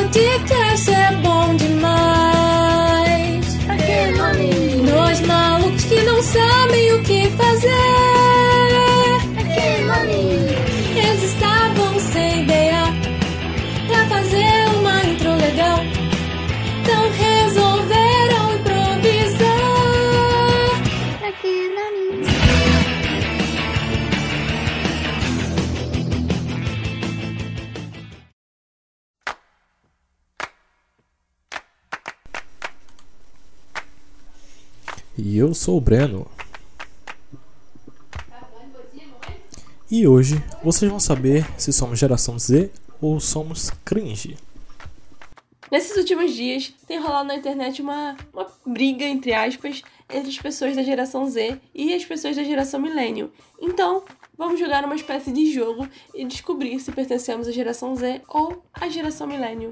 podcast é bom demais. Pra que, mami? Dois malucos que não sabem o que fazer. Pra que, mami? Eles estavam sem ideia pra fazer uma intro legal. Então resolveram improvisar. Pra que, mami? E eu sou o Breno. E hoje vocês vão saber se somos geração Z ou somos cringe. Nesses últimos dias, tem rolado na internet uma briga, entre aspas, entre as pessoas da geração Z e as pessoas da geração Millennium. Então, vamos jogar uma espécie de jogo e descobrir se pertencemos à geração Z ou à geração Millennium.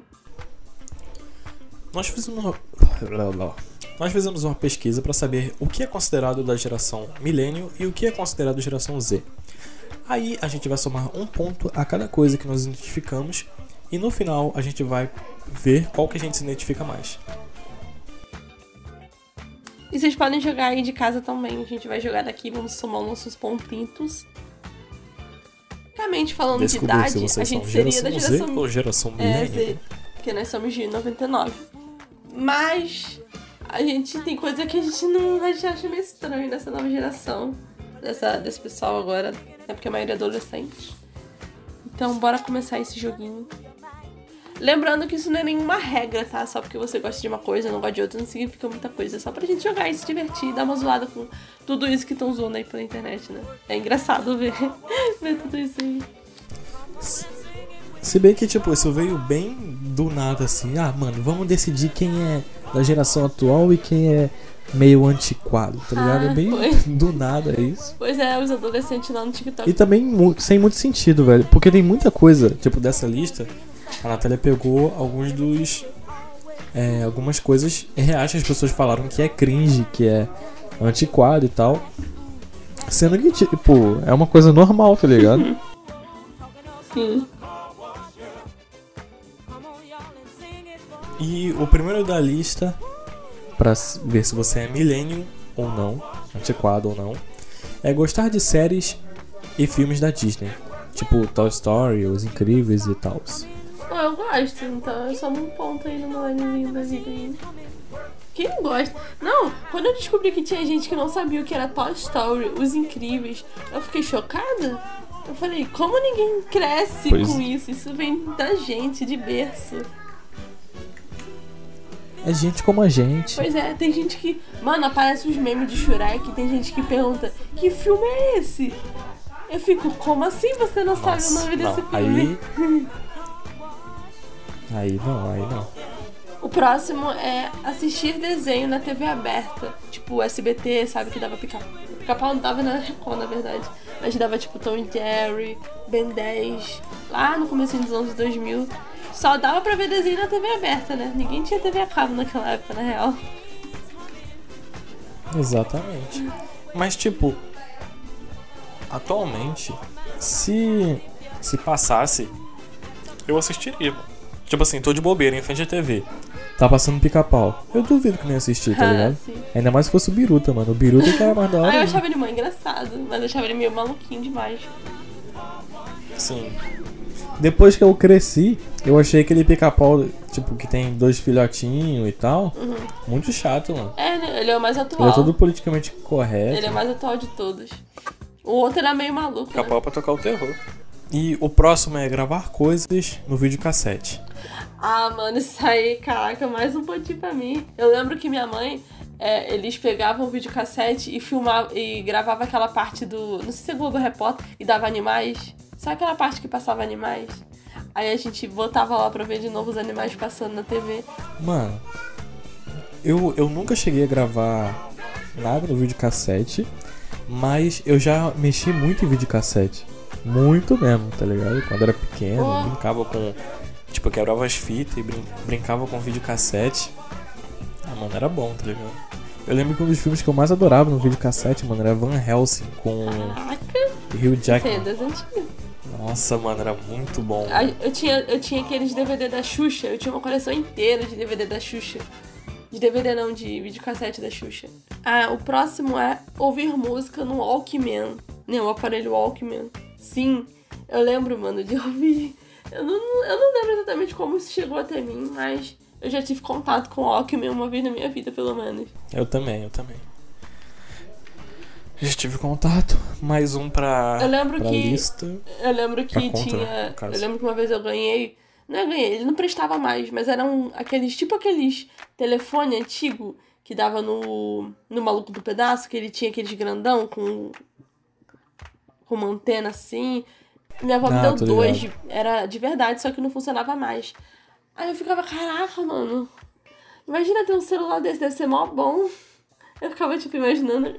Nós fizemos uma pesquisa para saber o que é considerado da geração Millennium e o que é considerado geração Z. Aí a gente vai somar um ponto a cada coisa que nós identificamos e no final a gente vai ver qual que a gente se identifica mais. E vocês podem jogar aí de casa também. A gente vai jogar daqui, vamos somar nossos pontinhos. Basicamente, falando de idade, a gente seria da geração Z ou geração Millennium? Z, porque nós somos de 99. Mas a gente tem coisa que a gente acha meio estranho nessa nova geração. Desse pessoal agora, né? Porque a maioria é adolescente. Então, bora começar esse joguinho. Lembrando que isso não é nenhuma regra, tá? Só porque você gosta de uma coisa, não gosta de outra, não significa muita coisa. É só pra gente jogar e se divertir, dar uma zoada com tudo isso que estão zoando aí pela internet, né? É engraçado ver tudo isso aí. Se bem que, tipo, isso veio bem do nada, assim. Ah, mano, vamos decidir quem é da geração atual e quem é meio antiquado, tá ligado? É meio do nada isso. Pois é, os adolescentes lá no TikTok. E também sem muito sentido, velho. Porque tem muita coisa, tipo, dessa lista. A Natália pegou algumas coisas reais que as pessoas falaram que é cringe, que é antiquado e tal. Sendo que, tipo, é uma coisa normal, tá ligado? Sim. E o primeiro da lista, pra ver se você é millennium ou não, antiquado ou não, é gostar de séries e filmes da Disney. Tipo Toy Story, Os Incríveis e tal. Eu gosto, então eu só um ponto aí no milêniozinho da vida aí. Quem não gosta? Não, quando eu descobri que tinha gente que não sabia o que era Toy Story, Os Incríveis, eu fiquei chocada. Eu falei, como ninguém cresce com isso? Isso vem da gente, de berço. É gente como a gente. Pois é, tem gente que... Mano, aparece os memes de Shrek, tem gente que pergunta, que filme é esse? Eu fico, como assim você não sabe o nome desse filme? Aí não. O próximo é assistir desenho na TV aberta. Tipo, SBT, sabe, que dava Pica-Pau não dava na Record, na verdade. Mas dava tipo Tom e Jerry, Ben 10, lá no começo dos anos 2000. Só dava pra ver desenho na TV aberta, né? Ninguém tinha TV a cabo naquela época, na real. Exatamente. Mas, tipo, atualmente, se passasse, eu assistiria. Tipo assim, tô de bobeira em frente à TV. Tá passando Pica-Pau. Eu duvido que nem assistir, tá ligado? Sim. Ainda mais se fosse o Biruta, mano. O Biruta que era mais da hora. Eu achava ele muito engraçado, mas eu achava ele meio maluquinho demais. Sim. Depois que eu cresci, eu achei aquele Pica-Pau, tipo, que tem 2 filhotinhos e tal, muito chato, mano. É, ele é o mais atual. Ele é todo politicamente correto. Ele é o mais atual de todos. O outro era meio maluco, Pica-Pau pra tocar o terror. E o próximo é gravar coisas no videocassete. Ah, mano, isso aí, caraca, mais um pontinho pra mim. Eu lembro que minha mãe, eles pegavam o videocassete e filmavam e gravavam aquela parte do... Não sei se é Globo Repórter e dava animais. Sabe aquela parte que passava animais? Aí a gente botava lá pra ver de novo os animais passando na TV. Mano, eu nunca cheguei a gravar nada no videocassete, mas eu já mexi muito em videocassete. Muito mesmo, tá ligado? Quando era pequeno, brincava com... Tipo, eu quebrava as fitas e brincava com videocassete. Ah, mano, era bom, tá ligado? Eu lembro que um dos filmes que eu mais adorava no videocassete, mano, era Van Helsing com Hugh Jackman. Isso aí é das antigas. Nossa, mano, era muito bom. Eu tinha aqueles DVD da Xuxa. Eu tinha uma coleção inteira de DVD da Xuxa. De DVD não, de videocassete da Xuxa. O próximo é ouvir música no Walkman. Né, o aparelho Walkman. Sim, eu lembro, mano, de ouvir. Eu não lembro exatamente como isso chegou até mim, mas eu já tive contato com o Walkman uma vez na minha vida, pelo menos. Eu também. Já tive contato. Mais um pra lista. Eu lembro que conta, tinha... né, eu lembro que uma vez eu ganhei... Não é ganhei, ele não prestava mais, mas eram aqueles telefone antigo que dava no Maluco do Pedaço, que ele tinha aqueles grandão com uma antena assim. Minha avó me deu 2, era de verdade, só que não funcionava mais. Aí eu ficava, caraca, mano, imagina ter um celular desse, deve ser mó bom. Eu ficava, tipo, imaginando.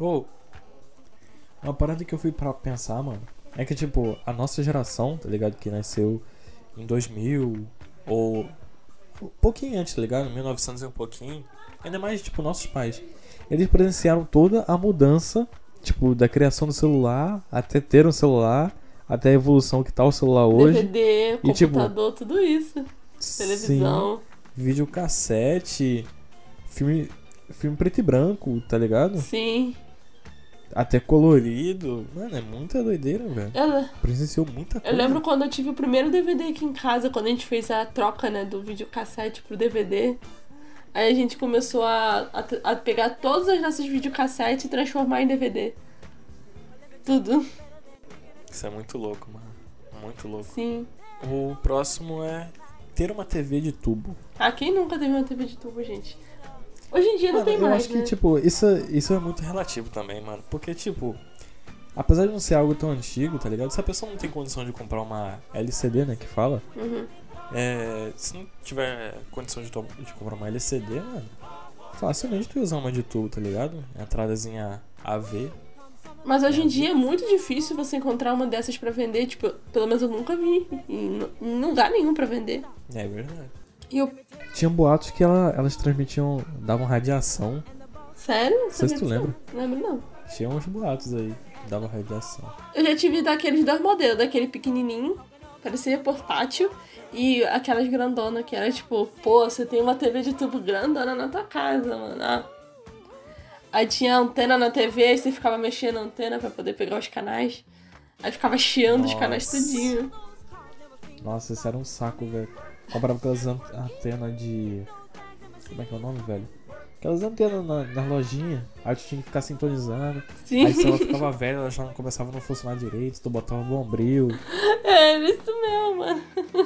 Uma parada que eu fui pra pensar, mano, é que, tipo, a nossa geração, tá ligado, que nasceu em 2000 ou um pouquinho antes, tá ligado, 1900 e um pouquinho, ainda mais, tipo, nossos pais, eles presenciaram toda a mudança, tipo, da criação do celular até ter um celular, até a evolução que tá o celular hoje. DVD, e, computador, tipo, tudo isso. Televisão. Sim, videocassete, filme preto e branco, tá ligado? Sim. Até colorido. Mano, é muita doideira, velho. Presenciou muita coisa. Eu lembro quando eu tive o primeiro DVD aqui em casa, quando a gente fez a troca, né, do videocassete pro DVD. Aí a gente começou a pegar todos os nossos videocassetes e transformar em DVD. Tudo. Isso é muito louco, mano. Muito louco. Sim. O próximo é ter uma TV de tubo. Quem nunca teve uma TV de tubo, gente? Hoje em dia não tem mais, eu acho que, tipo, isso é muito relativo também, mano. Porque, tipo, apesar de não ser algo tão antigo, tá ligado? Se a pessoa não tem condição de comprar uma LCD, né, que fala. Uhum. Se não tiver condição de comprar uma LCD, mano, facilmente tu ia usar uma de tubo, tá ligado? Entradazinha AV. Mas hoje em dia é muito difícil você encontrar uma dessas pra vender. Tipo, pelo menos eu nunca vi em lugar nenhum pra vender. É verdade. Tinha boatos que elas transmitiam, davam radiação. Sério? Não sei se tu lembra. Não lembro, não. Tinha uns boatos aí, davam radiação. Eu já tive daqueles 2 modelos, daquele pequenininho, parecia portátil, e aquelas grandonas que era tipo, pô, você tem uma TV de tubo grandona na tua casa, mano. Aí tinha antena na TV, aí você ficava mexendo a antena pra poder pegar os canais. Aí ficava chiando os canais tudinho. Nossa, isso era um saco, velho. Comprava aquelas antenas de... Como é que é o nome, velho? Aquelas antenas na lojinha. Aí tu tinha que ficar sintonizando. Sim. Aí se ela ficava velha, ela já não começava a não funcionar direito. Tu botava bombril. É, isso mesmo, mano.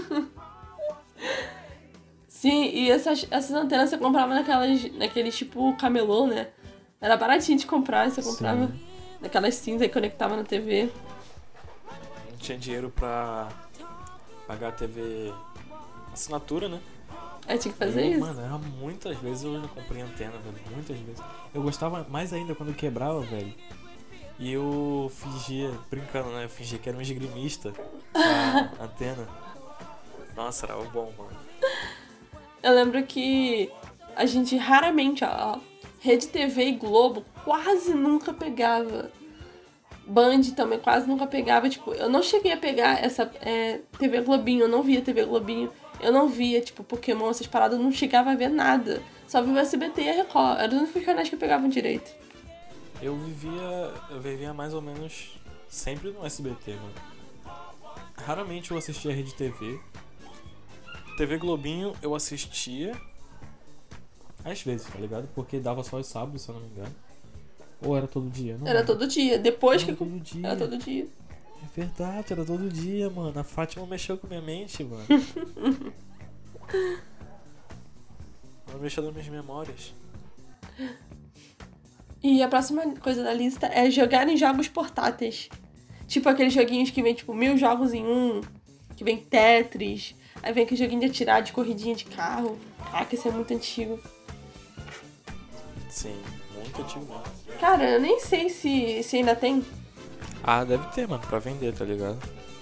Sim, e essas antenas você comprava naqueles tipo camelô, né? Era baratinho de comprar, você comprava naquelas cinzas e conectava na TV. Não tinha dinheiro pra pagar a TV assinatura, né? Tinha que fazer isso. Mano, muitas vezes eu já comprei antena, velho. Muitas vezes. Eu gostava mais ainda quando quebrava, velho. E eu fingia, brincando, né? Eu fingia que era um esgrimista com a antena. Nossa, era bom, mano. Eu lembro que a gente raramente, Rede TV e Globo quase nunca pegava. Band também quase nunca pegava. Tipo, eu não cheguei a pegar essa TV Globinho, eu não via TV Globinho. Eu não via, tipo, Pokémon, essas paradas, eu não chegava a ver nada. Só via o SBT e a Record. Eram os únicos canais que pegavam direito. Eu vivia mais ou menos sempre no SBT, mano. Raramente eu assistia a Rede TV. TV Globinho eu assistia às vezes, tá ligado? Porque dava só os sábados, se eu não me engano. Ou era todo dia? Não era todo dia. Depois era que... todo dia. Era todo dia. É verdade, era todo dia, mano. A Fátima mexeu com minha mente, mano. Ela mexeu nas minhas memórias. E a próxima coisa da lista é jogar em jogos portáteis. Tipo aqueles joguinhos que vem, tipo, 1000 jogos em um. Que vem Tetris. Aí vem aquele joguinho de atirar, de corridinha de carro. Que esse é muito antigo. Sim, muito antigo mesmo. Cara, eu nem sei se ainda tem. Deve ter, mano, pra vender, tá ligado?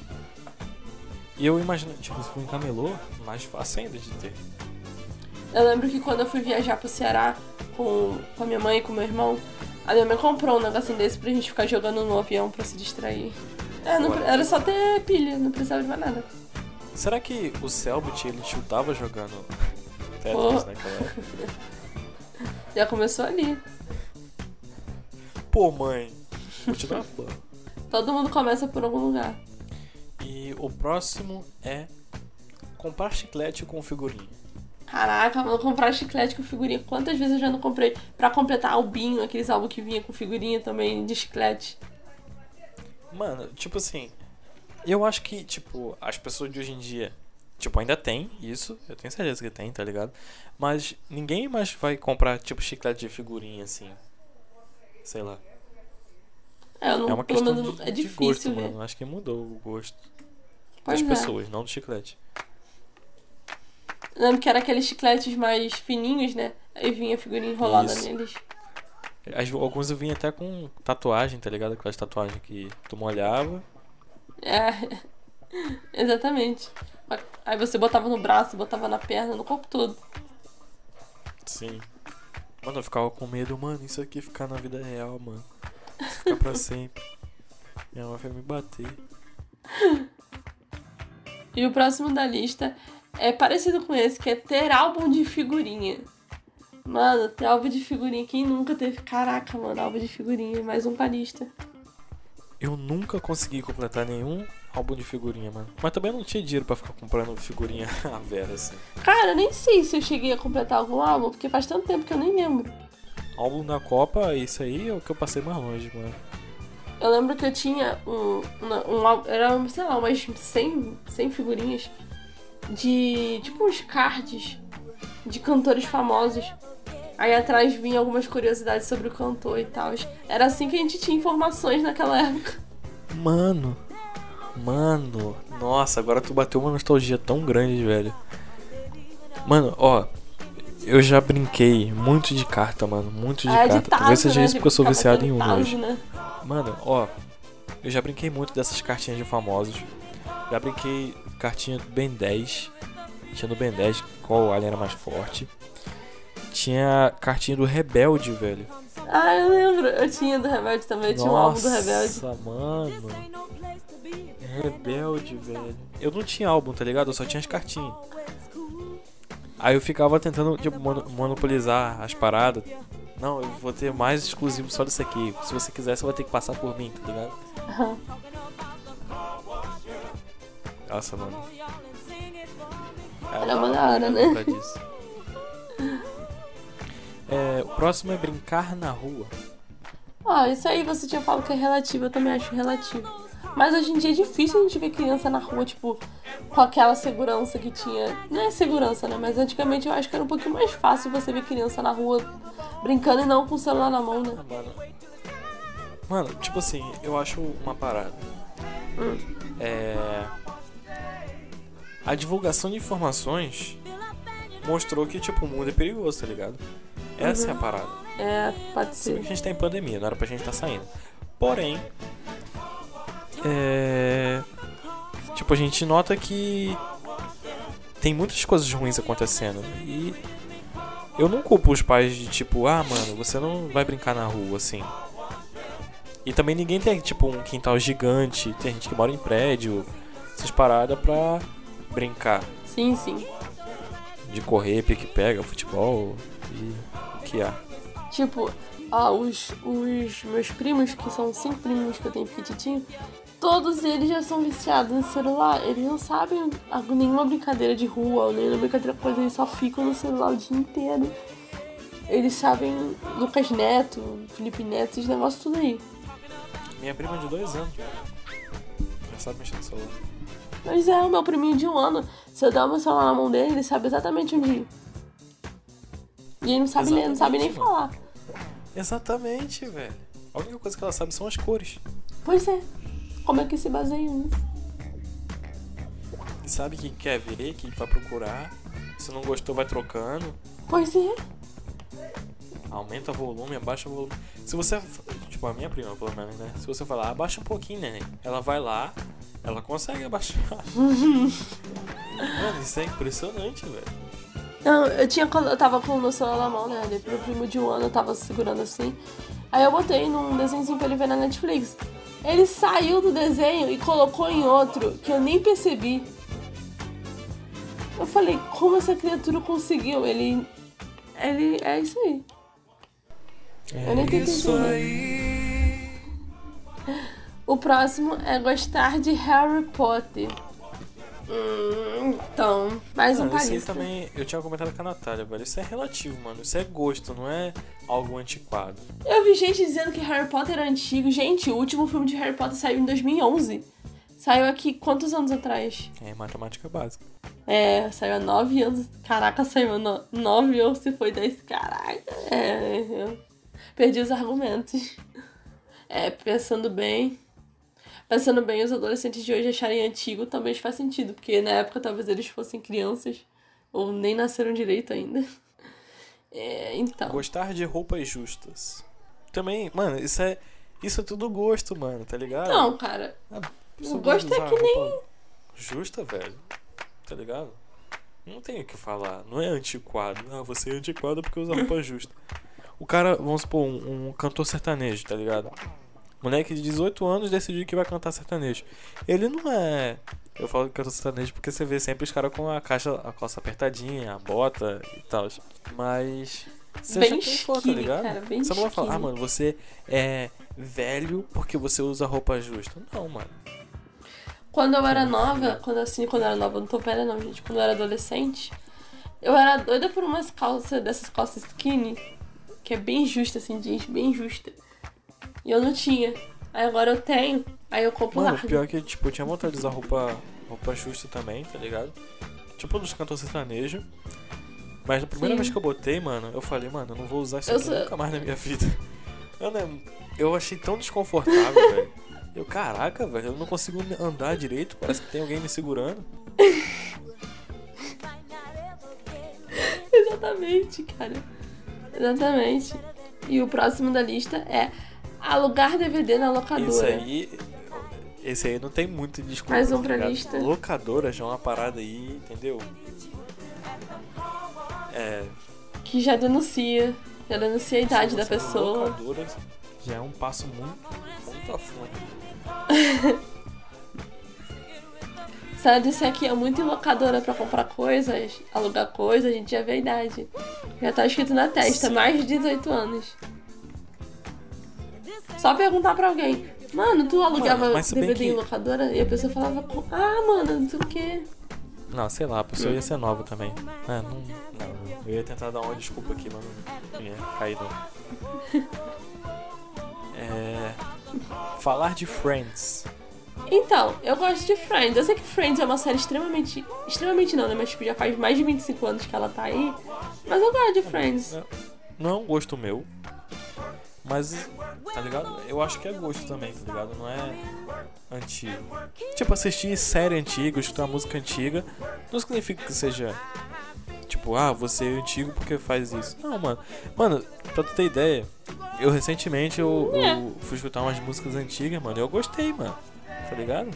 E eu imagino, tipo, se for em camelô, mais fácil ainda de ter. Eu lembro que quando eu fui viajar pro Ceará com a minha mãe e com meu irmão, a minha mãe comprou um negocinho desse pra gente ficar jogando no avião pra se distrair. Era só ter pilha, não precisava de mais nada. Será que o Selbit, ele chutava jogando Tetris naquela época? Já começou ali. Pô, mãe, vou te dar uma boa. Todo mundo começa por algum lugar. E o próximo é comprar chiclete com figurinha. Caraca, mano, comprar chiclete com figurinha. Quantas vezes eu já não comprei pra completar albinho, aqueles álbuns que vinha com figurinha também de chiclete. Mano, tipo assim, eu acho que, tipo, as pessoas de hoje em dia, tipo, ainda tem isso, eu tenho certeza que tem, tá ligado? Mas ninguém mais vai comprar, tipo, chiclete de figurinha, assim, sei lá. É uma questão menos, é de difícil gosto, ver. mano. Acho que mudou o gosto Pois das é. pessoas, não do chiclete. Eu lembro que era aqueles chicletes mais fininhos, né? Aí vinha a figurinha enrolada Isso. neles. Alguns eu vinha até com tatuagem, tá ligado? Aquelas tatuagens que tu molhava. É, exatamente. Aí você botava no braço, botava na perna, no corpo todo. Sim. Mano, eu ficava com medo, mano, isso aqui ficar na vida real, mano. Isso ficar pra sempre. Minha mãe vai me bater. E o próximo da lista é parecido com esse, que é ter álbum de figurinha. Mano, ter álbum de figurinha. Quem nunca teve? Caraca, mano, álbum de figurinha. Mais um pra lista. Eu nunca consegui completar nenhum álbum de figurinha, mano. Mas também não tinha dinheiro pra ficar comprando figurinha à vera, assim. Cara, eu nem sei se eu cheguei a completar algum álbum, porque faz tanto tempo que eu nem lembro. Álbum da Copa, isso aí é o que eu passei mais longe, mano. Eu lembro que eu tinha um álbum, era, sei lá, umas 100 figurinhas de, tipo, uns cards de cantores famosos. Aí atrás vinha algumas curiosidades sobre o cantor e tal. Era assim que a gente tinha informações naquela época. Mano, nossa, agora tu bateu uma nostalgia tão grande, velho. Mano, ó, eu já brinquei muito de carta, mano, muito de carta. Talvez seja isso porque eu sou viciado em Uno hoje. Né? Mano, ó, eu já brinquei muito dessas cartinhas de famosos. Já brinquei cartinha do Ben 10. Tinha no Ben 10 qual alien era mais forte. Tinha cartinha do Rebelde, velho. Ah, eu lembro. Eu tinha do Rebelde também. Eu tinha um álbum do Rebelde. Nossa, mano. Rebelde, velho. Eu não tinha álbum, tá ligado? Eu só tinha as cartinhas. Aí eu ficava tentando, tipo, monopolizar as paradas. Não, eu vou ter mais exclusivo só disso aqui. Se você quiser, você vai ter que passar por mim, tá ligado? Nossa, mano. Era uma da hora, né? O próximo é brincar na rua. Isso aí você tinha falado que é relativo, eu também acho relativo. Mas hoje em dia é difícil a gente ver criança na rua, tipo, com aquela segurança que tinha. Não é segurança, né? Mas antigamente eu acho que era um pouquinho mais fácil você ver criança na rua brincando e não com o celular na mão, né? Mano, tipo assim, eu acho uma parada. A divulgação de informações mostrou que, tipo, o mundo é perigoso, tá ligado? Essa é a parada. Pode ser. A gente tá em pandemia, não era pra gente tá saindo. Porém, tipo, a gente nota que tem muitas coisas ruins acontecendo. E eu não culpo os pais de, tipo, mano, você não vai brincar na rua, assim. E também ninguém tem, tipo, um quintal gigante. Tem gente que mora em prédio, essas paradas pra brincar. Sim, sim. De correr, pique-pega, futebol e o que há. Tipo, os meus primos, que são 5 primos que eu tenho pequititinho, todos eles já são viciados no celular. Eles não sabem nenhuma brincadeira de rua ou nenhuma brincadeira coisa, eles só ficam no celular o dia inteiro. Eles sabem Lucas Neto, Felipe Neto, esses negócios tudo aí. Minha prima de 2 anos já sabe mexer no celular. Mas o meu priminho de 1 ano, se eu der o meu celular na mão dele, ele sabe exatamente onde ir. E ele não sabe ler, não sabe nem falar. Exatamente, velho. A única coisa que ela sabe são as cores. Pois é. Como é que se baseia nisso? E sabe o que quer ver, o que vai procurar. Se não gostou, vai trocando. Pois é. Aumenta o volume, abaixa o volume. Se você... Tipo, a minha prima, pelo menos, né? Se você falar, abaixa um pouquinho, neném. Ela vai lá, ela consegue abaixar. Mano, isso é impressionante, velho. Não, eu tava com o meu celular na mão, né? Dei pro primo de 1 ano, eu tava segurando assim. Aí eu botei num desenhozinho pra ele ver na Netflix. Ele saiu do desenho e colocou em outro que eu nem percebi. Eu falei, como essa criatura conseguiu? Ele é isso aí. Eu nem tentei entender. O próximo é gostar de Harry Potter. Então, mais um palista. Esse também, eu tinha comentado com a Natália, velho. Isso é relativo, mano. Isso é gosto, não é algo antiquado. Eu vi gente dizendo que Harry Potter é antigo. Gente, o último filme de Harry Potter saiu em 2011. Saiu aqui quantos anos atrás? É matemática básica. É, saiu há 9 anos. Caraca, saiu há 9 anos, se foi 10. Caraca, eu perdi os argumentos. Pensando bem, os adolescentes de hoje acharem antigo também faz sentido, porque na época talvez eles fossem crianças ou nem nasceram direito ainda. Então. Gostar de roupas justas. Também, mano, isso é tudo gosto, mano, tá ligado? Não, cara. O gosto é que nem... Justa, velho. Tá ligado? Não tem o que falar. Não é antiquado. Você é antiquado porque usa roupa justa. O cara, vamos supor, um cantor sertanejo, tá ligado? Moleque de 18 anos decidiu que vai cantar sertanejo. Ele não é... Eu falo cantor sertanejo porque você vê sempre os caras com a calça apertadinha, a bota e tal. Mas... Você bem já tem for, tá ligado? Cara, bem você não vai falar, skinny. mano, você é velho porque você usa roupa justa. Não, mano. Quando eu era nova, quando eu era nova, eu não tô velha não, gente. Quando eu era adolescente, eu era doida por umas calças, dessas calças skinny, que é bem justa, assim, jeans, bem justa. E eu não tinha. Aí agora eu tenho, aí eu compro Mano, larga. pior que, tipo, eu tinha vontade de usar roupa justa também, tá ligado? Tipo dos cantores sertanejo. Mas na primeira vez que eu botei, mano, eu falei, mano, eu não vou usar isso aqui nunca mais na minha vida. Eu achei tão desconfortável, velho. Caraca, velho, eu não consigo andar direito, parece que tem alguém me segurando. Exatamente, cara. Exatamente. E o próximo da lista é alugar DVD na locadora. Esse aí não tem muito desculpa. Mais um pra lista. Locadora já é uma parada aí, entendeu? Que já denuncia a idade da pessoa. Locadora já é um passo muito a fundo. Se ela disser que é muito em locadora pra comprar coisas, alugar coisas, a gente já vê a idade. Já tá escrito na testa, mais de 18 anos. Só perguntar pra alguém, mano, tu alugava DVD em locadora? E a pessoa falava, mano, não sei o quê. Não, sei lá, a pessoa ia ser nova também. Não, eu ia tentar dar uma desculpa aqui, mas não ia cair não. Falar de Friends. Então, eu gosto de Friends. Eu sei que Friends é uma série extremamente não, né? Mas tipo, já faz mais de 25 anos que ela tá aí. Mas eu gosto de Friends. Não é um gosto meu. Mas, tá ligado? Eu acho que é gosto também, tá ligado? Não é antigo. Tipo, assistir série antiga, escutar música antiga, não significa que seja... Tipo, você é antigo porque faz isso. Não, mano. Mano, pra tu ter ideia, eu recentemente eu fui escutar umas músicas antigas, mano, e eu gostei, mano. Tá ligado?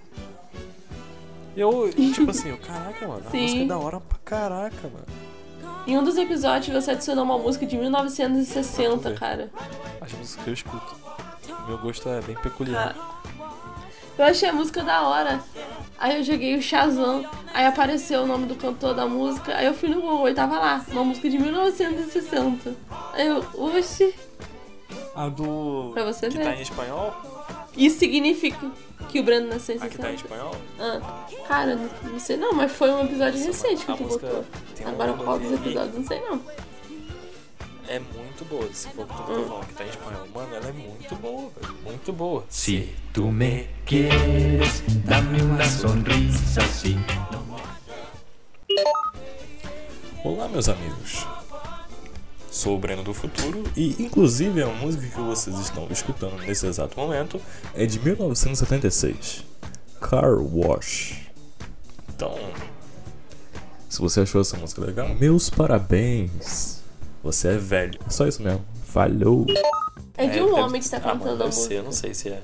Tipo assim, caraca, mano, a música é da hora pra caraca, mano. Em um dos episódios você adicionou uma música de 1960, cara. As músicas que eu escuto. Meu gosto é bem peculiar. Eu achei a música da hora. Aí eu joguei o Shazam. Aí apareceu o nome do cantor da música. Aí eu fui no Google e tava lá. Uma música de 1960. Aí eu, oxi. A do... Pra você que ver. Tá em espanhol? Isso significa que o Brando nasceu em 60. Que tá em espanhol? Cara, não sei não, mas foi um episódio recente que a tu música botou. tem Agora uma qual dos melodia episódios, não sei não. É muito boa, se for o que tu tá falando que tá em espanhol. Mano, ela é muito boa, velho. Muito boa. Si tu me quieres, dame uma sonrisa assim. Olá, meus amigos. Sou o Breno do Futuro e, inclusive, a música que vocês estão escutando nesse exato momento é de 1976, Car Wash. Então, se você achou essa música legal, meus parabéns. Você é velho. É só isso mesmo. Falhou. É de um homem que tá cantando a música. Eu não sei se é.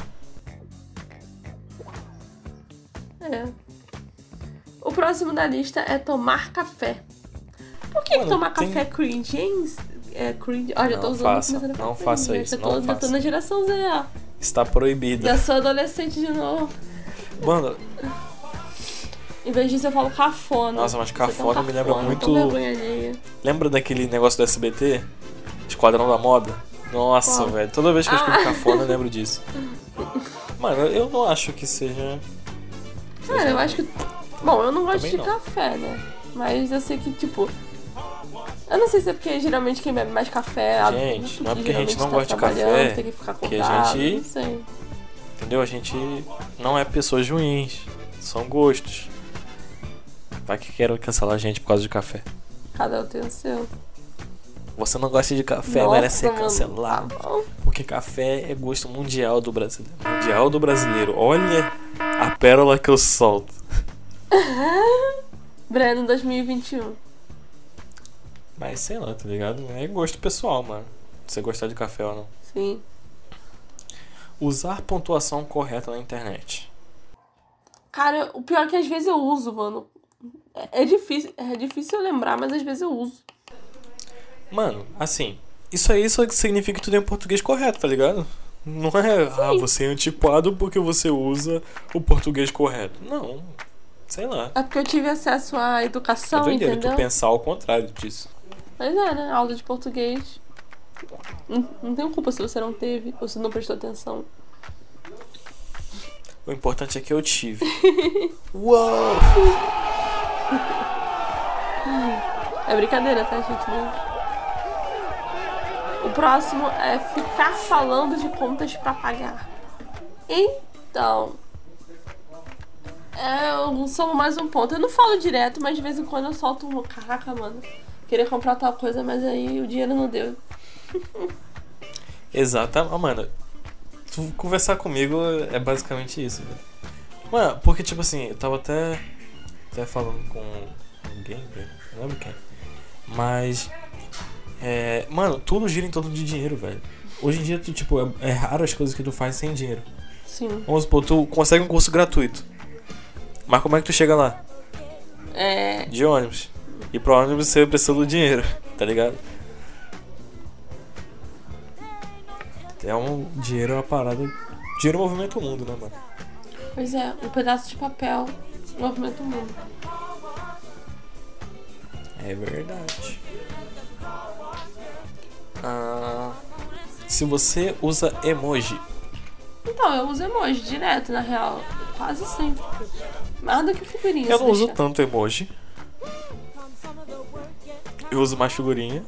O próximo da lista é tomar café. Por que tomar café é cringe, hein? É cringe. Ó, já tô usando. Não faça isso. Já tô na geração Z, ó. está proibida. Já sou adolescente de novo. Mano, Em vez disso eu falo cafona. nossa, mas Você tem um cafona me lembra cafona, muito... com vergonha alheia. Lembra daquele negócio do SBT? Esquadrão da Moda? Nossa, Qual? velho. Toda vez que eu escuto cafona, eu lembro disso. Mano, eu não acho que seja... Cara, eu acho que... Bom, eu não gosto Também de não. café, né? Mas eu sei que, tipo... Eu não sei se é porque geralmente quem bebe mais café... Gente, não é porque a gente geralmente não tá gosta de trabalhando, café tem que ficar que a acordado, gente- não sei. Entendeu? A gente não é pessoas ruins. São gostos. Vai que queiram cancelar a gente por causa de café. Cada um tem o seu. Você não gosta de café, Nossa, merece ser mano, cancelado. tá bom. Porque café é gosto mundial do brasileiro. Mundial do brasileiro. Olha a pérola que eu solto. Breno 2021. Mas sei lá, tá ligado? É gosto pessoal, mano. Você gostar de café ou não. Sim. Usar pontuação correta na internet. Cara, o pior é que às vezes eu uso, mano. É difícil eu lembrar, mas às vezes eu uso. Mano, assim, isso aí só significa que tu tem o português correto, tá ligado? Não é, você é antiquado porque você usa o português correto. Não, sei lá. É porque eu tive acesso à É educação, doideira entendeu? tu pensar ao contrário disso. Mas é, né? Aula de português. Não tenho culpa se você não teve ou se não prestou atenção. O importante é que eu tive. Uou! É brincadeira, tá, gente? O próximo é ficar falando de contas pra pagar. Então... eu somo mais um ponto. Eu não falo direto, mas de vez em quando eu solto um... Caraca, mano. Queria comprar tal coisa, mas aí o dinheiro não deu. Exato, mano. Tu conversar comigo é basicamente isso, velho. Mano, porque tipo assim, eu tava até falando com alguém, velho. Não lembro quem. Mas. Mano, tudo gira em torno de dinheiro, velho. Hoje em dia, tu, tipo, é raro as coisas que tu faz sem dinheiro. Sim. Vamos supor, tu consegue um curso gratuito. Mas como é que tu chega lá? De ônibus. E pro ônibus você precisa do dinheiro, tá ligado? Dinheiro é uma parada. Dinheiro movimenta o mundo, né, mano? Pois é, um pedaço de papel movimenta o mundo. É verdade. Se você usa emoji. Então, eu uso emoji direto, na real. Quase sempre. Mais do que figurinha. Eu se não uso deixar. tanto emoji. Eu uso mais figurinha.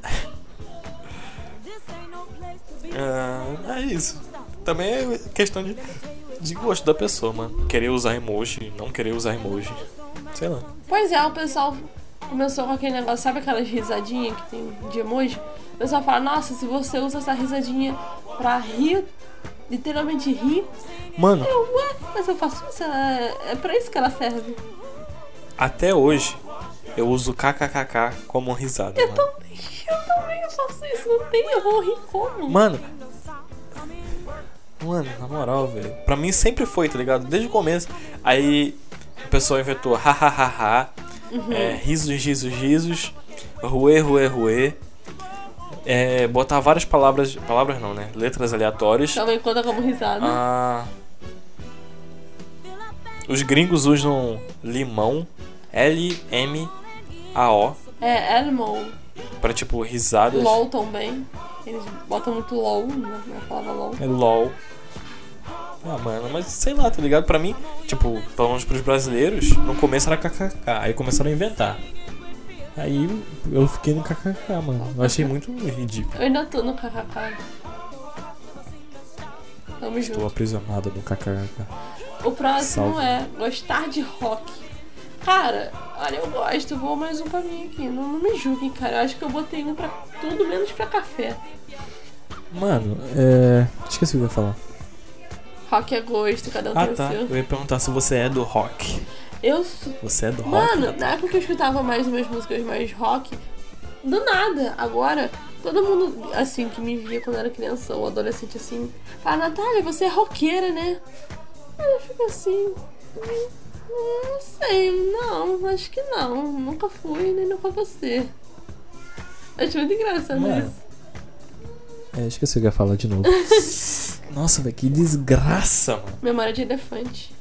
É isso. Também é questão de gosto da pessoa, mano. Querer usar emoji, não querer usar emoji. Sei lá. Pois é, o pessoal começou com aquele negócio, sabe aquelas risadinhas que tem de emoji? O pessoal fala, nossa, se você usa essa risadinha pra rir, literalmente rir, Mano, ué, mas eu faço isso, é pra isso que ela serve. até hoje eu uso kkkk como risada, Eu mano. também faço isso, não tem, eu vou rir como? Mano, na moral, velho. Pra mim sempre foi, tá ligado? Desde o começo. Aí o pessoal inventou hahaha, risos, ruê. Botar várias palavras não, né? Letras aleatórias. Também conta como risada. Os gringos usam limão, LMAO, Animal, pra tipo risadas. LOL também. Eles botam muito LOL na palavra LOL. É LOL. Mano, mas sei lá, tá ligado? Pra mim, tipo, pelo menos pros brasileiros, no começo era kkk, aí começaram a inventar. Aí eu fiquei no kkk, mano. Eu achei muito ridículo. Eu ainda tô no kkk. Tamo Estou junto. aprisionado no kkk. O próximo Salve. é gostar de rock. Cara, olha, eu gosto. Vou mais um pra mim aqui. Não me julguem, cara. Eu acho que eu botei um pra tudo, menos pra café. Mano, esqueci o que eu ia falar. Rock é gosto, cada um tem o Tá. seu. Eu ia perguntar se você é do rock. Eu sou... Você é do rock? Mano, na época que eu escutava mais umas músicas mais rock, do nada. Agora, todo mundo, assim, que me via quando era criança ou adolescente, assim, fala, Natália, você é roqueira, né? Aí eu fico assim, não sei, não, acho que não. Nunca fui, nem nunca vou ser. Acho muito engraçado Mano. isso. Esqueci o que eu ia falar de novo. Nossa, velho, que desgraça, mano. Memória de elefante.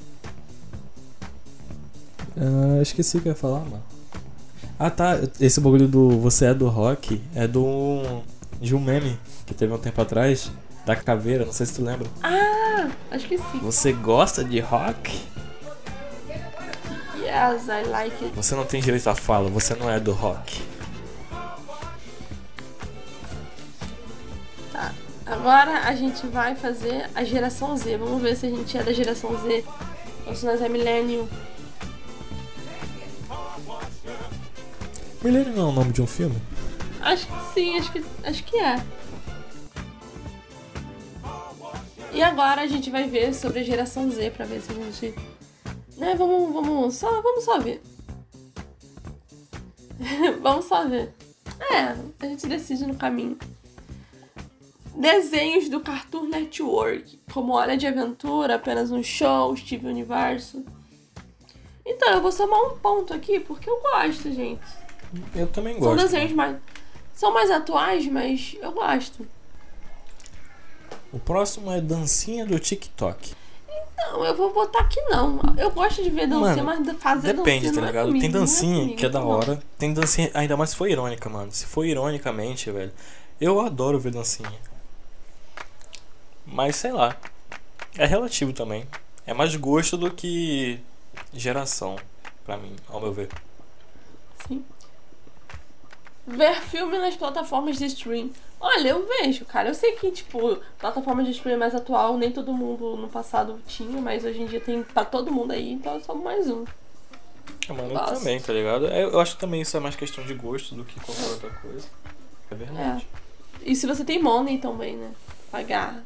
Esqueci o que eu ia falar, mano. Ah, tá. Esse bagulho do Você é do Rock é de um meme que teve um tempo atrás, da caveira, não sei se tu lembra. Ah, acho que sim. Você gosta de rock? Yes, I like it. Você não tem direito à fala, você não é do rock. Tá. Agora a gente vai fazer a geração Z. Vamos ver se a gente é da geração Z ou se nós é millennium. Millennium não é o nome de um filme? Acho que sim, acho que é. E agora a gente vai ver sobre a geração Z pra ver se a gente... Né, vamos só ver. Vamos só ver. A gente decide no caminho. Desenhos do Cartoon Network, como Hora de Aventura, Apenas um Show, Steven Universo. Então, eu vou somar um ponto aqui porque eu gosto, gente. Eu também São gosto. desenhos mais... São mais atuais, mas eu gosto. O próximo é Dancinha do TikTok. Não, eu vou botar aqui não. Eu gosto de ver dancinha, Mano, mas fazer depende, dancinha tá não é ligado? comigo, Tem não é dancinha comigo, que é da não. hora. Tem dancinha, ainda mais se for irônica, mano. Se for ironicamente, velho. Eu adoro ver dancinha. Mas sei lá. É relativo também. É mais gosto do que geração, pra mim, ao meu ver. Sim. Ver filme nas plataformas de stream. Olha, eu vejo, cara. Eu sei que, tipo, plataforma de stream é mais atual. Nem todo mundo no passado tinha, mas hoje em dia tem pra todo mundo aí. Então eu sou mais um. Mano, eu Gosto. também, tá ligado? Eu acho que também isso é mais questão de gosto do que qualquer outra coisa. É verdade. E se você tem money também, né? Pagar.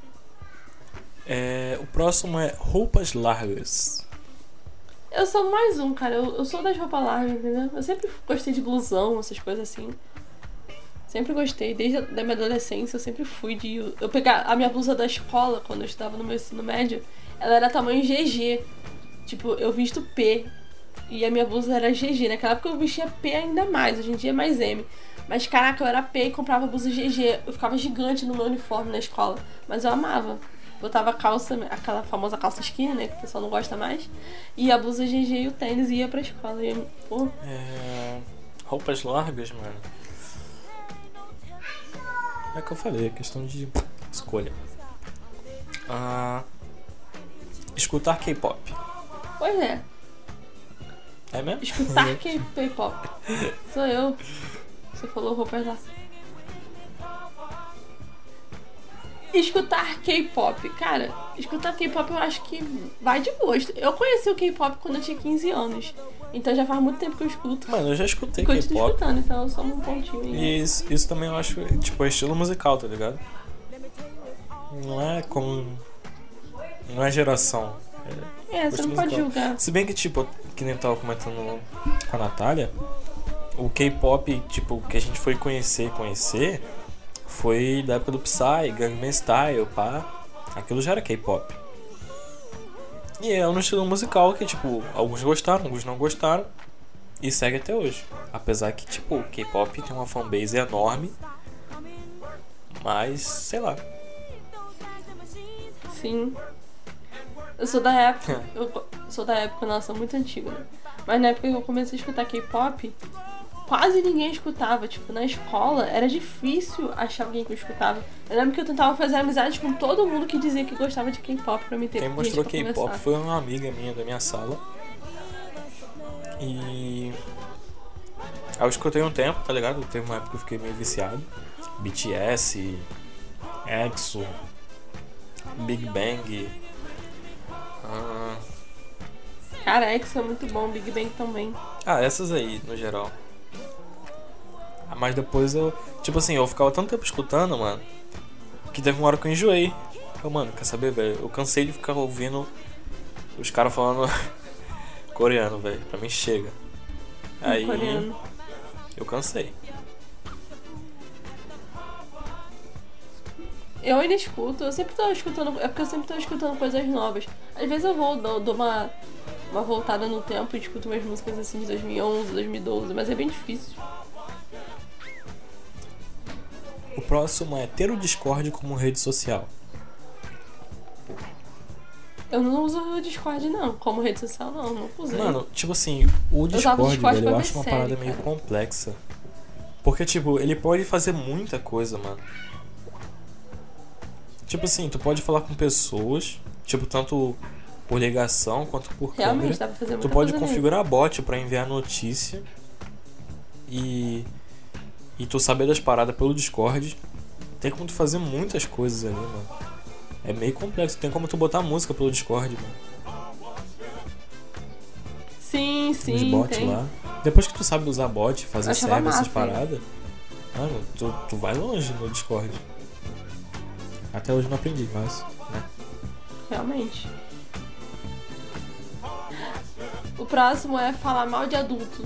O próximo é roupas largas. Eu sou mais um, cara. Eu sou das roupas largas, entendeu? Eu sempre gostei de blusão, essas coisas assim. Sempre gostei. Desde a minha adolescência, eu sempre fui de... Eu pegar a minha blusa da escola, quando eu estava no meu ensino médio, ela era tamanho GG. Tipo, eu visto P. E a minha blusa era GG. Naquela época eu vestia P ainda mais. Hoje em dia é mais M. Mas, caraca, eu era P e comprava blusa GG. Eu ficava gigante no meu uniforme na escola. Mas eu amava. Botava a calça, aquela famosa calça skinny, né? Que o pessoal não gosta mais. E a blusa GG e o tênis e ia pra escola. E, pô. Roupas largas, mano. É o que eu falei, é questão de escolha. Escutar K-pop. Pois é. É mesmo? Escutar K-pop. Sou eu. Você falou roupas lá. Escutar K-pop. Cara, escutar K-pop eu acho que vai de gosto. Eu conheci o K-pop quando eu tinha 15 anos. Então já faz muito tempo que eu escuto. Mano, eu já escutei Continuo K-pop. escutando, então eu só um pontinho aí. E isso também eu acho, tipo, é estilo musical, tá ligado? Não é como... Não é geração. Você gosto não pode musical. julgar. Se bem que, tipo, que nem eu tava comentando com a Natália, o K-pop, tipo, que a gente foi conhecer, foi da época do Psy, Gangnam Style, pá. Aquilo já era K-pop. E é um estilo musical que, tipo, alguns gostaram, alguns não gostaram. E segue até hoje. Apesar que, tipo, o K-pop tem uma fanbase enorme. Mas, sei lá. Sim. Eu sou da época. Nossa, muito antiga, né? Mas na época que eu comecei a escutar K-pop, quase ninguém escutava. Tipo, na escola era difícil achar alguém que eu escutava. Eu lembro que eu tentava fazer amizade com todo mundo que dizia que gostava de K-pop pra me ter. Quem mostrou gente pra K-pop conversar. foi uma amiga minha da minha sala. E aí eu escutei um tempo, tá ligado? Teve uma época que eu fiquei meio viciado. BTS, EXO, Big Bang. Cara, EXO é muito bom, Big Bang também. Essas aí, no geral. Mas depois eu... Tipo assim, eu ficava tanto tempo escutando, mano, que teve uma hora que eu enjoei. Mano, quer saber, velho? Eu cansei de ficar ouvindo os caras falando coreano, velho. Pra mim chega. Aí Coreano. eu cansei. Eu ainda escuto, eu sempre tô escutando, é porque eu sempre tô escutando coisas novas. Às vezes eu dou uma voltada no tempo e escuto umas músicas assim de 2011, 2012, mas é bem difícil. O próximo é ter o Discord como rede social. Eu não uso o Discord, não. Como rede social, não usei. Mano, tipo assim, o usava o Discord, Discord velho, pra eu ver acho uma série, parada meio cara. complexa. Porque, tipo, ele pode fazer muita coisa, mano. Tipo assim, tu pode falar com pessoas, tipo, tanto por ligação quanto por Realmente, câmera. dá pra fazer muita Tu pode coisa configurar bot pra enviar notícia e tu saber das paradas pelo Discord. Tem como tu fazer muitas coisas ali, mano. É meio complexo. Tem como tu botar música pelo Discord, mano. Sim, Os sim, bots tem. lá. Depois que tu sabe usar bot, fazer Achava server, essas massa, paradas, mano, tu vai longe no Discord. Até hoje não aprendi, mas, né? Realmente. O próximo é falar mal de adulto.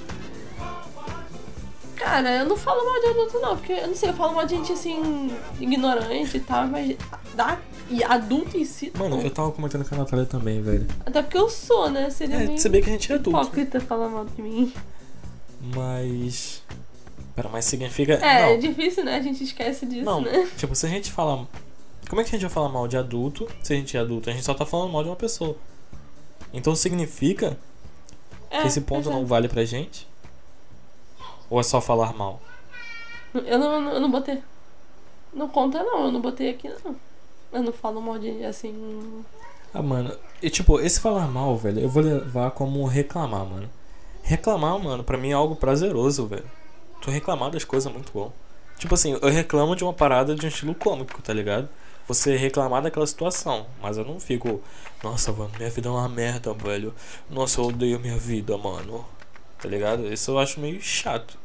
Cara, eu não falo mal de adulto não, porque eu não sei, eu falo mal de gente assim, ignorante e tal, mas e adulto em si. Mano, eu tava comentando com a Natália também, velho. Até porque eu sou, né? Seria meio Você vê que a gente é adulto. hipócrita falar mal de mim. Mas. Pera, mas significa. É não, difícil, né? A gente esquece disso, não, né? tipo, se a gente falar. Como é que a gente vai falar mal de adulto se a gente é adulto? A gente só tá falando mal de uma pessoa. Então significa que esse ponto não vale pra gente? Ou é só falar mal? Eu não botei. Não conta não, eu não botei aqui não. Eu não falo mal de assim. Ah, mano, e tipo, esse falar mal, velho, eu vou levar como reclamar, mano. Reclamar, mano, pra mim é algo prazeroso, velho. Tu reclamar das coisas é muito bom. Tipo assim, eu reclamo de uma parada de um estilo cômico, tá ligado? Você reclamar daquela situação, mas eu não fico, nossa, mano, minha vida é uma merda, velho. Nossa, eu odeio minha vida, mano. Tá ligado? Isso eu acho meio chato.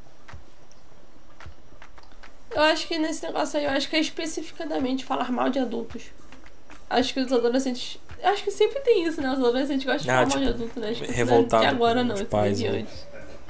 Eu acho que nesse negócio aí, eu acho que é especificadamente falar mal de adultos. Acho que os adolescentes. Acho que sempre tem isso, né? Os adolescentes gostam de falar mal de adulto, né? Acho que revoltado não é de agora com não, os isso pais, vem de né? antes.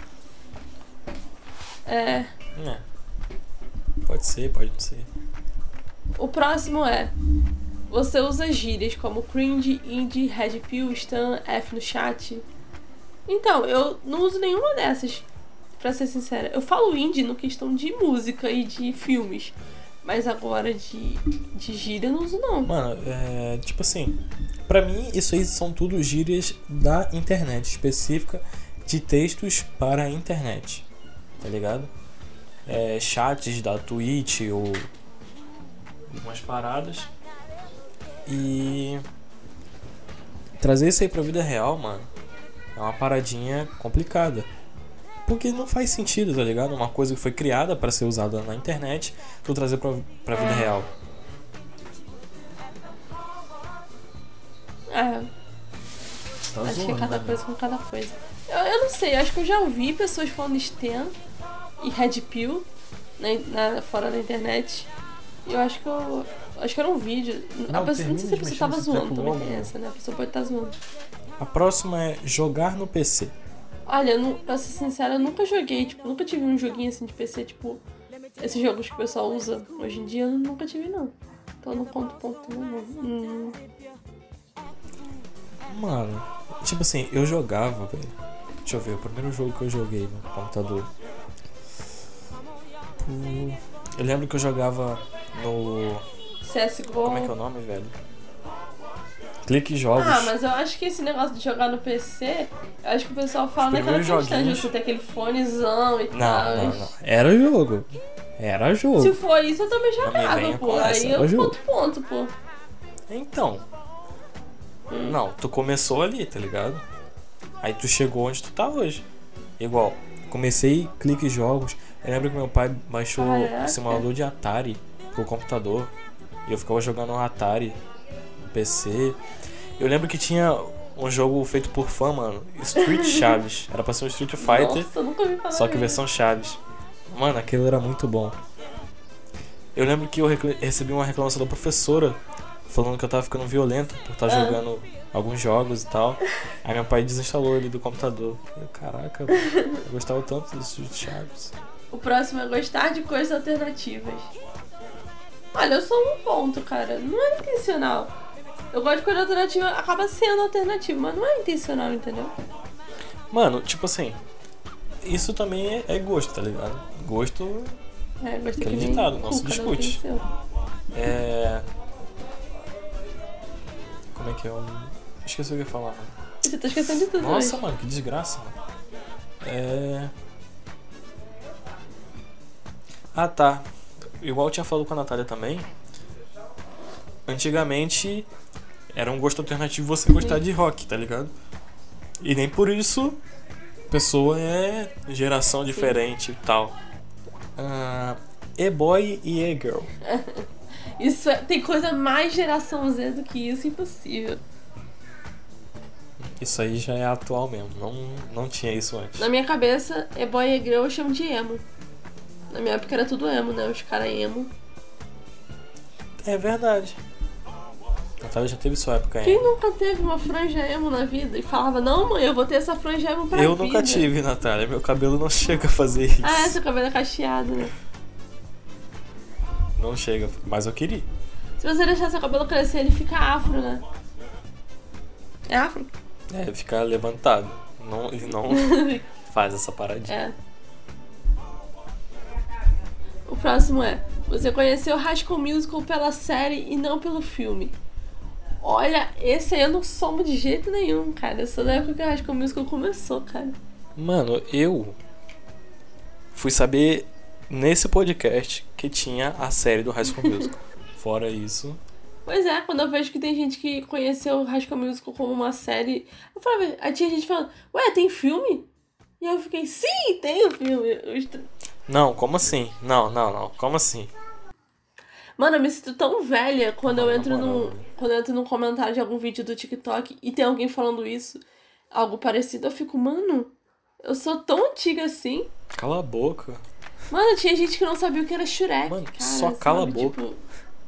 É. Pode ser, pode não ser. O próximo é: você usa gírias como cringe, indie, red pill, stan, F no chat? Então, eu não uso nenhuma dessas, pra ser sincera. Eu falo indie no questão de música e de filmes. Mas agora de gíria eu não uso não. Mano, tipo assim, pra mim isso aí são tudo gírias da internet, específica de textos para a internet, tá ligado? Chats da Twitch ou algumas paradas. E trazer isso aí pra vida real, mano, é uma paradinha complicada. Porque não faz sentido, tá ligado? Uma coisa que foi criada pra ser usada na internet, tu trazer pra vida real. Tá Acho que é zoando, cada né? coisa com cada coisa. Eu não sei, acho que eu já ouvi pessoas falando stan e red pill fora da internet. E eu acho que era um vídeo. Não, Não sei se a termina de pessoa mexer tava nesse zoando, treco também logo. tem essa, né? A pessoa pode estar zoando. A próxima é jogar no PC. Olha, pra ser sincera, eu nunca joguei, tipo, nunca tive um joguinho assim de PC, tipo, esses jogos que o pessoal usa hoje em dia, eu nunca tive não. Então eu não conto ponto não. Mano, tipo assim, eu jogava, velho. Deixa eu ver, o primeiro jogo que eu joguei no computador. Eu lembro que eu jogava no... CSGO. Como é que é o nome, velho? Clique Jogos. Ah, mas eu acho que esse negócio de jogar no PC, eu acho que o pessoal fala Os naquela primeiros questão de joguinhos- você ter aquele fonezão e tal. Não. Era jogo. Era jogo. Se for isso, eu também Não me jogava, venha pô. com essa, Aí era eu jogo. conto ponto, pô. Então. Não, tu começou ali, tá ligado? Aí tu chegou onde tu tá hoje. Igual, comecei Clique Jogos. Eu lembro que meu pai baixou Caraca. o simulador de Atari pro computador. E eu ficava jogando no Atari, no PC. Eu lembro que tinha um jogo feito por fã, mano. Street Chaves. Era pra ser um Street Fighter, Nossa, eu nunca ouvi falar só que disso. versão Chaves. Mano, aquilo era muito bom. Eu lembro que eu recebi uma reclamação da professora falando que eu tava ficando violento por estar jogando alguns jogos e tal. Aí meu pai desinstalou ele do computador. Caraca, eu gostava tanto do Street Chaves. O próximo é gostar de coisas alternativas. Olha, eu sou um ponto, cara. Não é intencional. Eu gosto de coisa alternativa, acaba sendo alternativa, mas não é intencional, entendeu? Mano, tipo assim, isso também é gosto, tá ligado? Gosto Gostei Aquele que nem ditado, não se cu, cada um tem discute. o seu. é... Como Como é que é? Esqueci o que eu ia falar, mano. Você tá esquecendo de tudo, Nossa, hoje. mano, que desgraça, mano. Ah, tá. Igual eu tinha falado com a Natália também. Antigamente era um gosto alternativo você gostar de rock, tá ligado? E nem por isso a pessoa é geração diferente e tal. E-boy e e-girl. Isso tem coisa mais geração Z do que isso, impossível. Isso aí já é atual mesmo. Não tinha isso antes. Na minha cabeça, e-boy e e-girl eu chamo de emo. Na minha época era tudo emo, né? Os caras emo. É verdade. A Natália já teve sua época Quem emo. nunca teve uma franja emo na vida e falava, não, mãe, eu vou ter essa franja emo pra Eu vida. nunca tive, Natália. Meu cabelo não chega a fazer isso. Ah, é, seu cabelo é cacheado, né? Não chega, mas eu queria. Se você deixar seu cabelo crescer, ele fica afro, né? É afro? É, ficar levantado. Ele não faz essa paradinha. É. O próximo é: você conheceu High School Musical pela série e não pelo filme. Olha, esse aí eu não somo de jeito nenhum, cara. Eu sou da época que a High School Musical começou, cara. Mano, eu fui saber nesse podcast que tinha a série do High School Musical. Fora isso... Pois é, quando eu vejo que tem gente que conheceu High School Musical como uma série, eu falava, aí tinha gente falando, ué, tem filme? E eu fiquei, sim, tem o filme. Não, como assim? Não, como assim? Mano, eu me sinto tão velha quando eu entro moral, quando eu entro num comentário de algum vídeo do TikTok e tem alguém falando isso, algo parecido, eu fico, mano, eu sou tão antiga assim. Cala a boca. Mano, tinha gente que não sabia o que era Shrek. Mano, cara, só cala sabe? a boca. Tipo,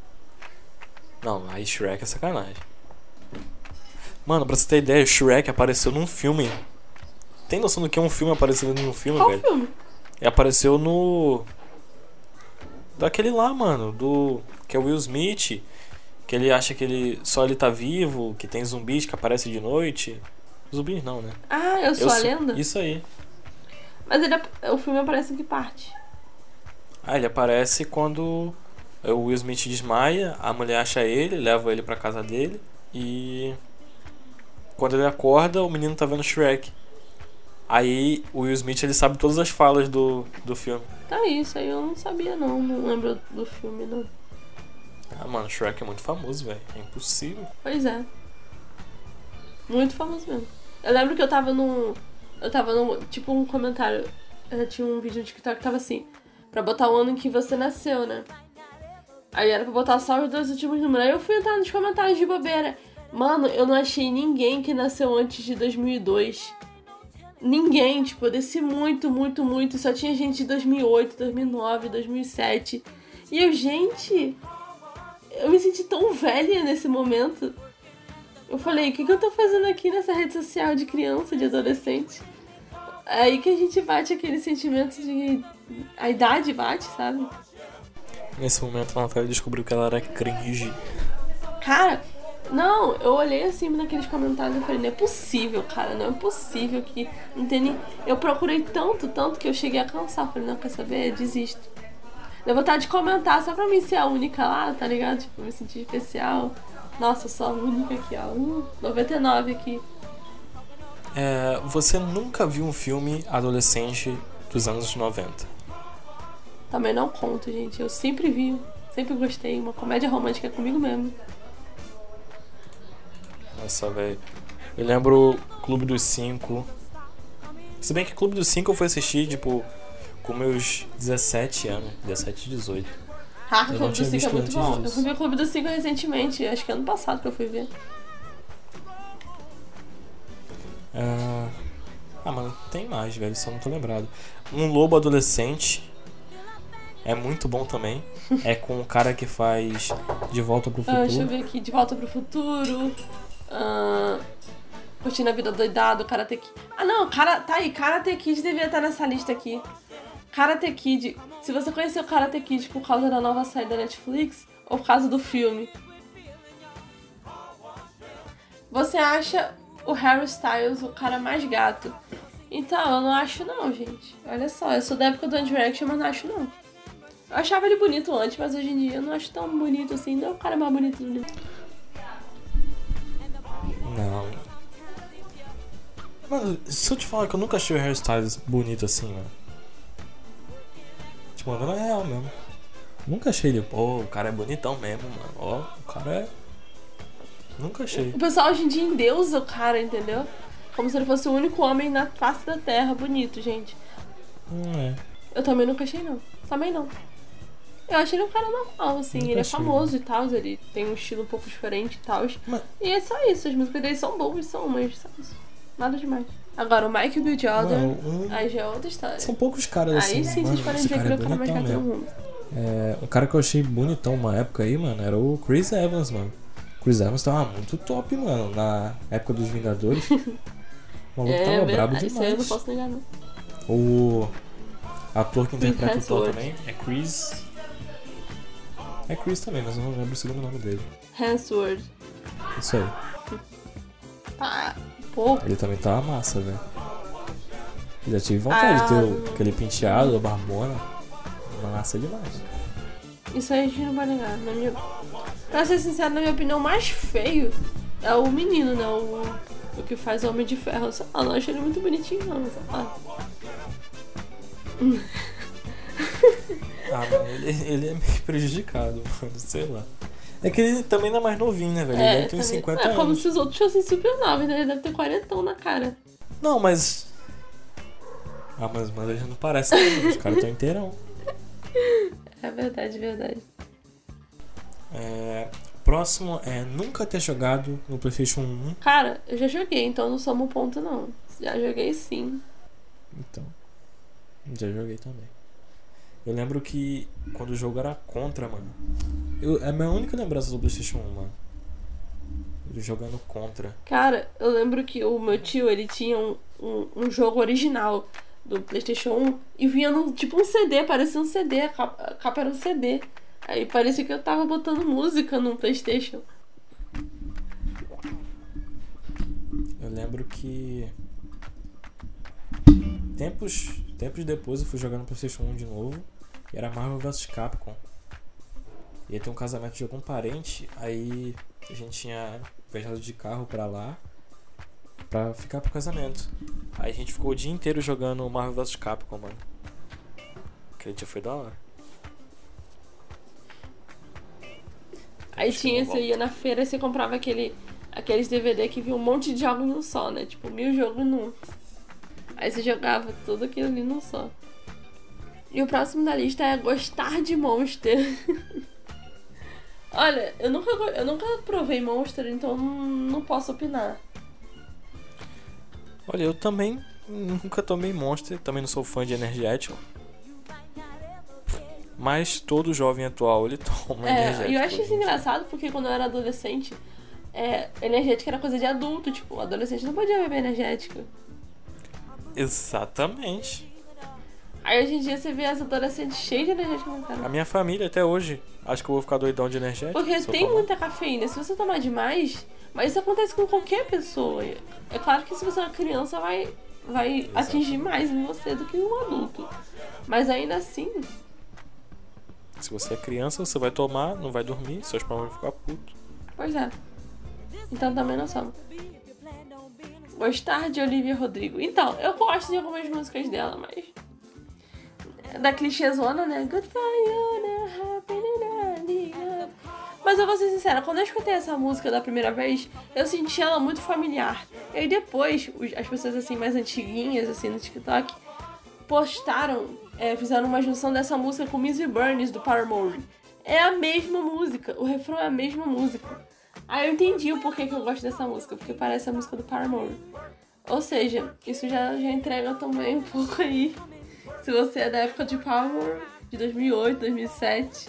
Não, aí Shrek é sacanagem. Mano, pra você ter ideia, Shrek apareceu num filme. Tem noção do que é um filme aparecendo num filme, qual velho? filme? E apareceu no... Daquele lá, mano, que é o Will Smith, que ele acha que ele tá vivo, que tem zumbis que aparecem de noite. Zumbis não, né? Ah, eu sou a lenda? Isso aí. Mas o filme aparece em que parte? Ah, ele aparece quando o Will Smith desmaia, a mulher acha ele, leva ele pra casa dele e quando ele acorda, o menino tá vendo Shrek. Aí o Will Smith, ele sabe todas as falas do filme. Tá, isso aí eu não sabia não lembro do filme não. Ah, mano, Shrek é muito famoso, velho. É impossível. Pois é. Muito famoso mesmo. Eu lembro que eu tava num tipo um comentário, tinha um vídeo no TikTok que tava assim, pra botar o ano em que você nasceu, né? Aí era pra botar só os 2 últimos números. Aí eu fui entrar nos comentários de bobeira. Mano, eu não achei ninguém que nasceu antes de 2002. Ninguém, tipo, eu desci muito. Só tinha gente de 2008, 2009, 2007. E eu, gente, eu me senti tão velha nesse momento. Eu falei, o que eu tô fazendo aqui nessa rede social de criança, de adolescente? É aí que a gente bate aquele sentimento de... A idade bate, sabe? Nesse momento a Natália descobriu que ela era cringe. Cara, não, eu olhei assim naqueles comentários e falei, não é possível, cara, não é possível que não tem nem... Eu procurei tanto que eu cheguei a cansar. Falei, não, quer saber? Desisto. Deu vontade de comentar só pra mim ser a única lá, tá ligado? Tipo, me sentir especial. Nossa, eu sou a única aqui, ó. 99 aqui. Você nunca viu um filme adolescente dos anos 90? Também não conto, gente. Eu sempre vi, sempre gostei. Uma comédia romântica comigo mesmo. Nossa, velho. Eu lembro Clube dos 5. Se bem que Clube dos 5 eu fui assistir, tipo, com meus 17 anos. 17, 18. Ah, o Eu Clube não dos tinha 5 é visto muito antes bom. Eu disso. fui ver o Clube dos 5 recentemente. Acho que ano passado que eu fui ver. Mano, tem mais, velho. Só não tô lembrado. Um Lobo Adolescente. É muito bom também. É com o cara que faz De Volta pro Futuro. Deixa eu ver aqui. De Volta pro Futuro. Curtindo a Vida Doidado. Karate Kid. Ah, não. Tá aí. Karate Kid devia estar nessa lista aqui. Karate Kid. Se você conheceu Karate Kid por causa da nova série da Netflix ou por causa do filme, você acha o Harry Styles o cara mais gato? Então, eu não acho não, gente. Olha só, eu sou da época do One Direction, mas não acho não. Eu achava ele bonito antes, mas hoje em dia eu não acho tão bonito assim. Não é o cara mais bonito do mundo. Não. Mano, se eu te falar que eu nunca achei o hairstyles bonito assim, mano. Tipo, mandando a real mesmo. Nunca achei ele, pô, o cara é bonitão mesmo, mano. Ó, o cara é. Nunca achei. O pessoal hoje em dia endeusa o cara, entendeu? Como se ele fosse o único homem na face da terra bonito, gente. É. Eu também nunca achei, não. Também não. Eu achei ele um cara normal, assim. Nunca ele é achei, famoso e tal, ele tem um estilo um pouco diferente e tal. Mas- E é só isso, as músicas dele são boas, são umas, só isso. Nada demais. Agora, o Michael B. Jordan, Mano, aí já é outra história. São poucos caras assim. Aí sim, mano, vocês podem esse dizer que ele é o cara mais bonitão gato do mesmo. mundo. É, um cara que eu achei bonitão uma época aí, mano, era o Chris Evans, mano. Chris Evans tava muito top, mano, na época dos Vingadores. O maluco tava brabo demais. Isso aí eu não posso negar, não. O ator que interpreta o Thor Hemsworth. também é Chris. É Chris também, mas eu não lembro o segundo nome dele. Hemsworth. Isso aí. Tá, pouco. Ele também tava massa, velho. Já tive vontade de ter aquele penteado, a barbona. Massa demais. Isso aí a gente não vai negar. Pra ser sincero, na minha opinião, o mais feio é o menino, né? O que faz Homem de Ferro. Sei lá, não acho ele muito bonitinho, não. Sei lá. Ah, mano, ele é meio prejudicado, mano, sei lá. É que ele também não é mais novinho, né, velho? Ele tem uns 50 é como anos. se os outros fossem super novos, né? Ele deve ter 40 na cara. Não, mas... Ah, mas ele já não parece mesmo, os caras tão inteirão. É verdade, verdade. Próximo é nunca ter jogado no PlayStation 1. Cara, eu já joguei, então não soma um ponto, não. Já joguei sim. Então, já joguei também. Eu lembro que quando o jogo era Contra, mano. É a minha única lembrança do PlayStation 1, mano. Ele jogando Contra. Cara, eu lembro que o meu tio, ele tinha um jogo original do PlayStation 1 e vinha tipo um CD, parecia um CD, a capa era um CD. Aí parecia que eu tava botando música no PlayStation. Eu lembro que tempos depois eu fui jogar no PlayStation 1 de novo e era Marvel vs Capcom. E aí tem um casamento de algum parente, aí a gente tinha viajado de carro pra lá pra ficar pro casamento. Aí a gente ficou o dia inteiro jogando Marvel vs Capcom, mano. Aquele dia foi da hora. Aí tinha, você ia na feira e você comprava aqueles DVD que vinha um monte de jogos num só, né? Tipo, 1000 jogos num. Aí você jogava tudo aquilo ali num só. E o próximo da lista é gostar de Monster. Olha, eu nunca provei Monster, então não posso opinar. Olha, eu também nunca tomei Monster, também não sou fã de energético. Mas todo jovem atual, ele toma energético. E eu acho isso engraçado porque quando eu era adolescente, energético era coisa de adulto. Tipo, o adolescente não podia beber energético. Exatamente. Aí hoje em dia você vê as adolescentes cheias de energético na cara. A minha família até hoje, acho que eu vou ficar doidão de energético. Porque se eu tem tomar. muita cafeína. Se você tomar demais, mas isso acontece com qualquer pessoa. É claro que se você é uma criança, vai atingir mais em você do que um adulto. Mas ainda assim... Se você é criança, você vai tomar, não vai dormir, seus pais vão ficar putos. Pois é. Então também não somos. Gostar de Olivia Rodrigo. Então, eu gosto de algumas músicas dela, mas... Da clichêzona, né? Good for you, né? Happy. Mas eu vou ser sincera, quando eu escutei essa música da primeira vez, eu senti ela muito familiar. E aí depois, as pessoas assim mais antiguinhas, assim, no TikTok, postaram, fizeram uma junção dessa música com Missy Burns, do Paramore. É a mesma música, o refrão é a mesma música. Aí eu entendi o porquê que eu gosto dessa música, porque parece a música do Paramore. Ou seja, isso já entrega também um pouco aí. Se você é da época de Paramore, de 2008, 2007.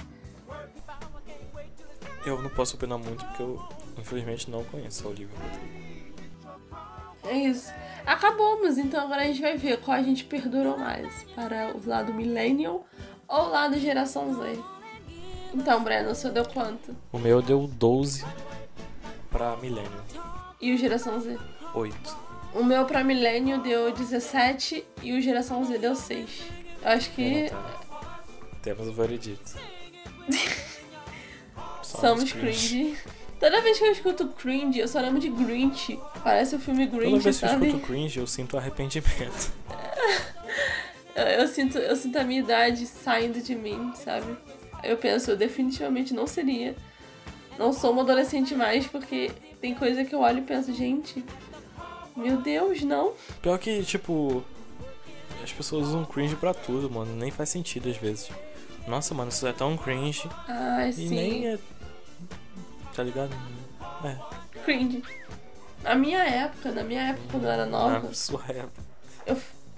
Eu não posso opinar muito porque eu, infelizmente, não conheço a Olivia Rodrigo. É isso. Acabamos, então agora a gente vai ver qual a gente perdurou mais. Para o lado Millennial ou o lado Geração Z. Então, Breno, o seu deu quanto? O meu deu 12 pra Millennium. E o Geração Z? 8. O meu pra Millennial deu 17 e o Geração Z deu 6. Eu acho que... Temos o veredito. Somos cringe. Toda vez que eu escuto cringe, eu só lembro de Grinch. Parece o filme Grinch, Toda vez que eu sabe? escuto cringe, eu sinto arrependimento. Eu sinto a minha idade saindo de mim, sabe? Eu penso, eu definitivamente não seria. Não sou uma adolescente mais, porque tem coisa que eu olho e penso, gente, meu Deus, não. Pior que, tipo, as pessoas usam cringe pra tudo, mano. Nem faz sentido às vezes. Nossa, mano, isso é tão cringe. Ah, E sim. nem é. Tá ligado? É. Cringe. Na minha época, quando eu era nova, Na sua época. eu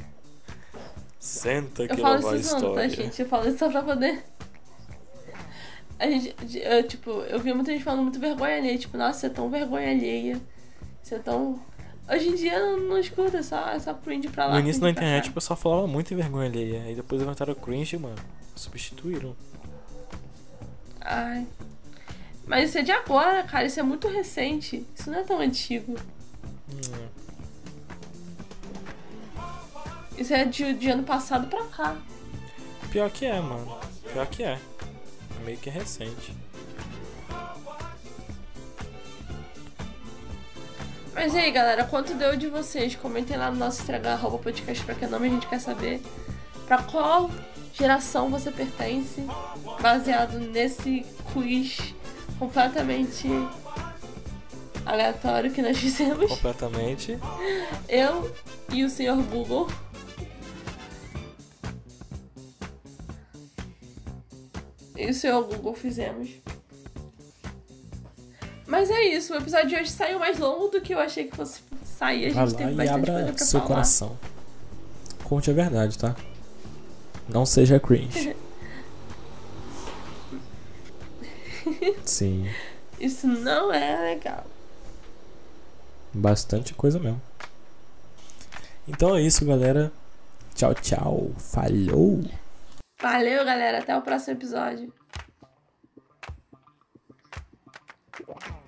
Senta que Eu lá falo vai a isso zoando, tá, história. gente? Eu falo isso só pra poder... eu vi muita gente falando muito vergonha alheia. Tipo, nossa, você é tão vergonha alheia. Você é tão... Hoje em dia não escuta, é só cringe pra lá. No início da cringe pra internet cá. o pessoal falava muito em vergonha alheia. Aí depois inventaram cringe, mano. Substituíram. Ai. Mas isso é de agora, cara. Isso é muito recente. Isso não é tão antigo. Isso é de ano passado pra cá. Pior que é, mano. Pior que é. Meio que recente. Mas e aí, galera, quanto deu de vocês? Comentem lá no nosso Instagram, @podcast pra que nome, a gente quer saber pra qual geração você pertence, baseado nesse quiz completamente aleatório que nós fizemos. Completamente. Eu e o senhor Google. E o senhor Google fizemos. Mas é isso, o episódio de hoje saiu mais longo do que eu achei que fosse sair. A Vai gente lá teve e bastante coisa abra pra seu falar. coração. Conte a verdade, tá? Não seja cringe. Sim. Isso não é legal. Bastante coisa mesmo. Então é isso, galera. Tchau, tchau. Falou. Valeu, galera. Até o próximo episódio.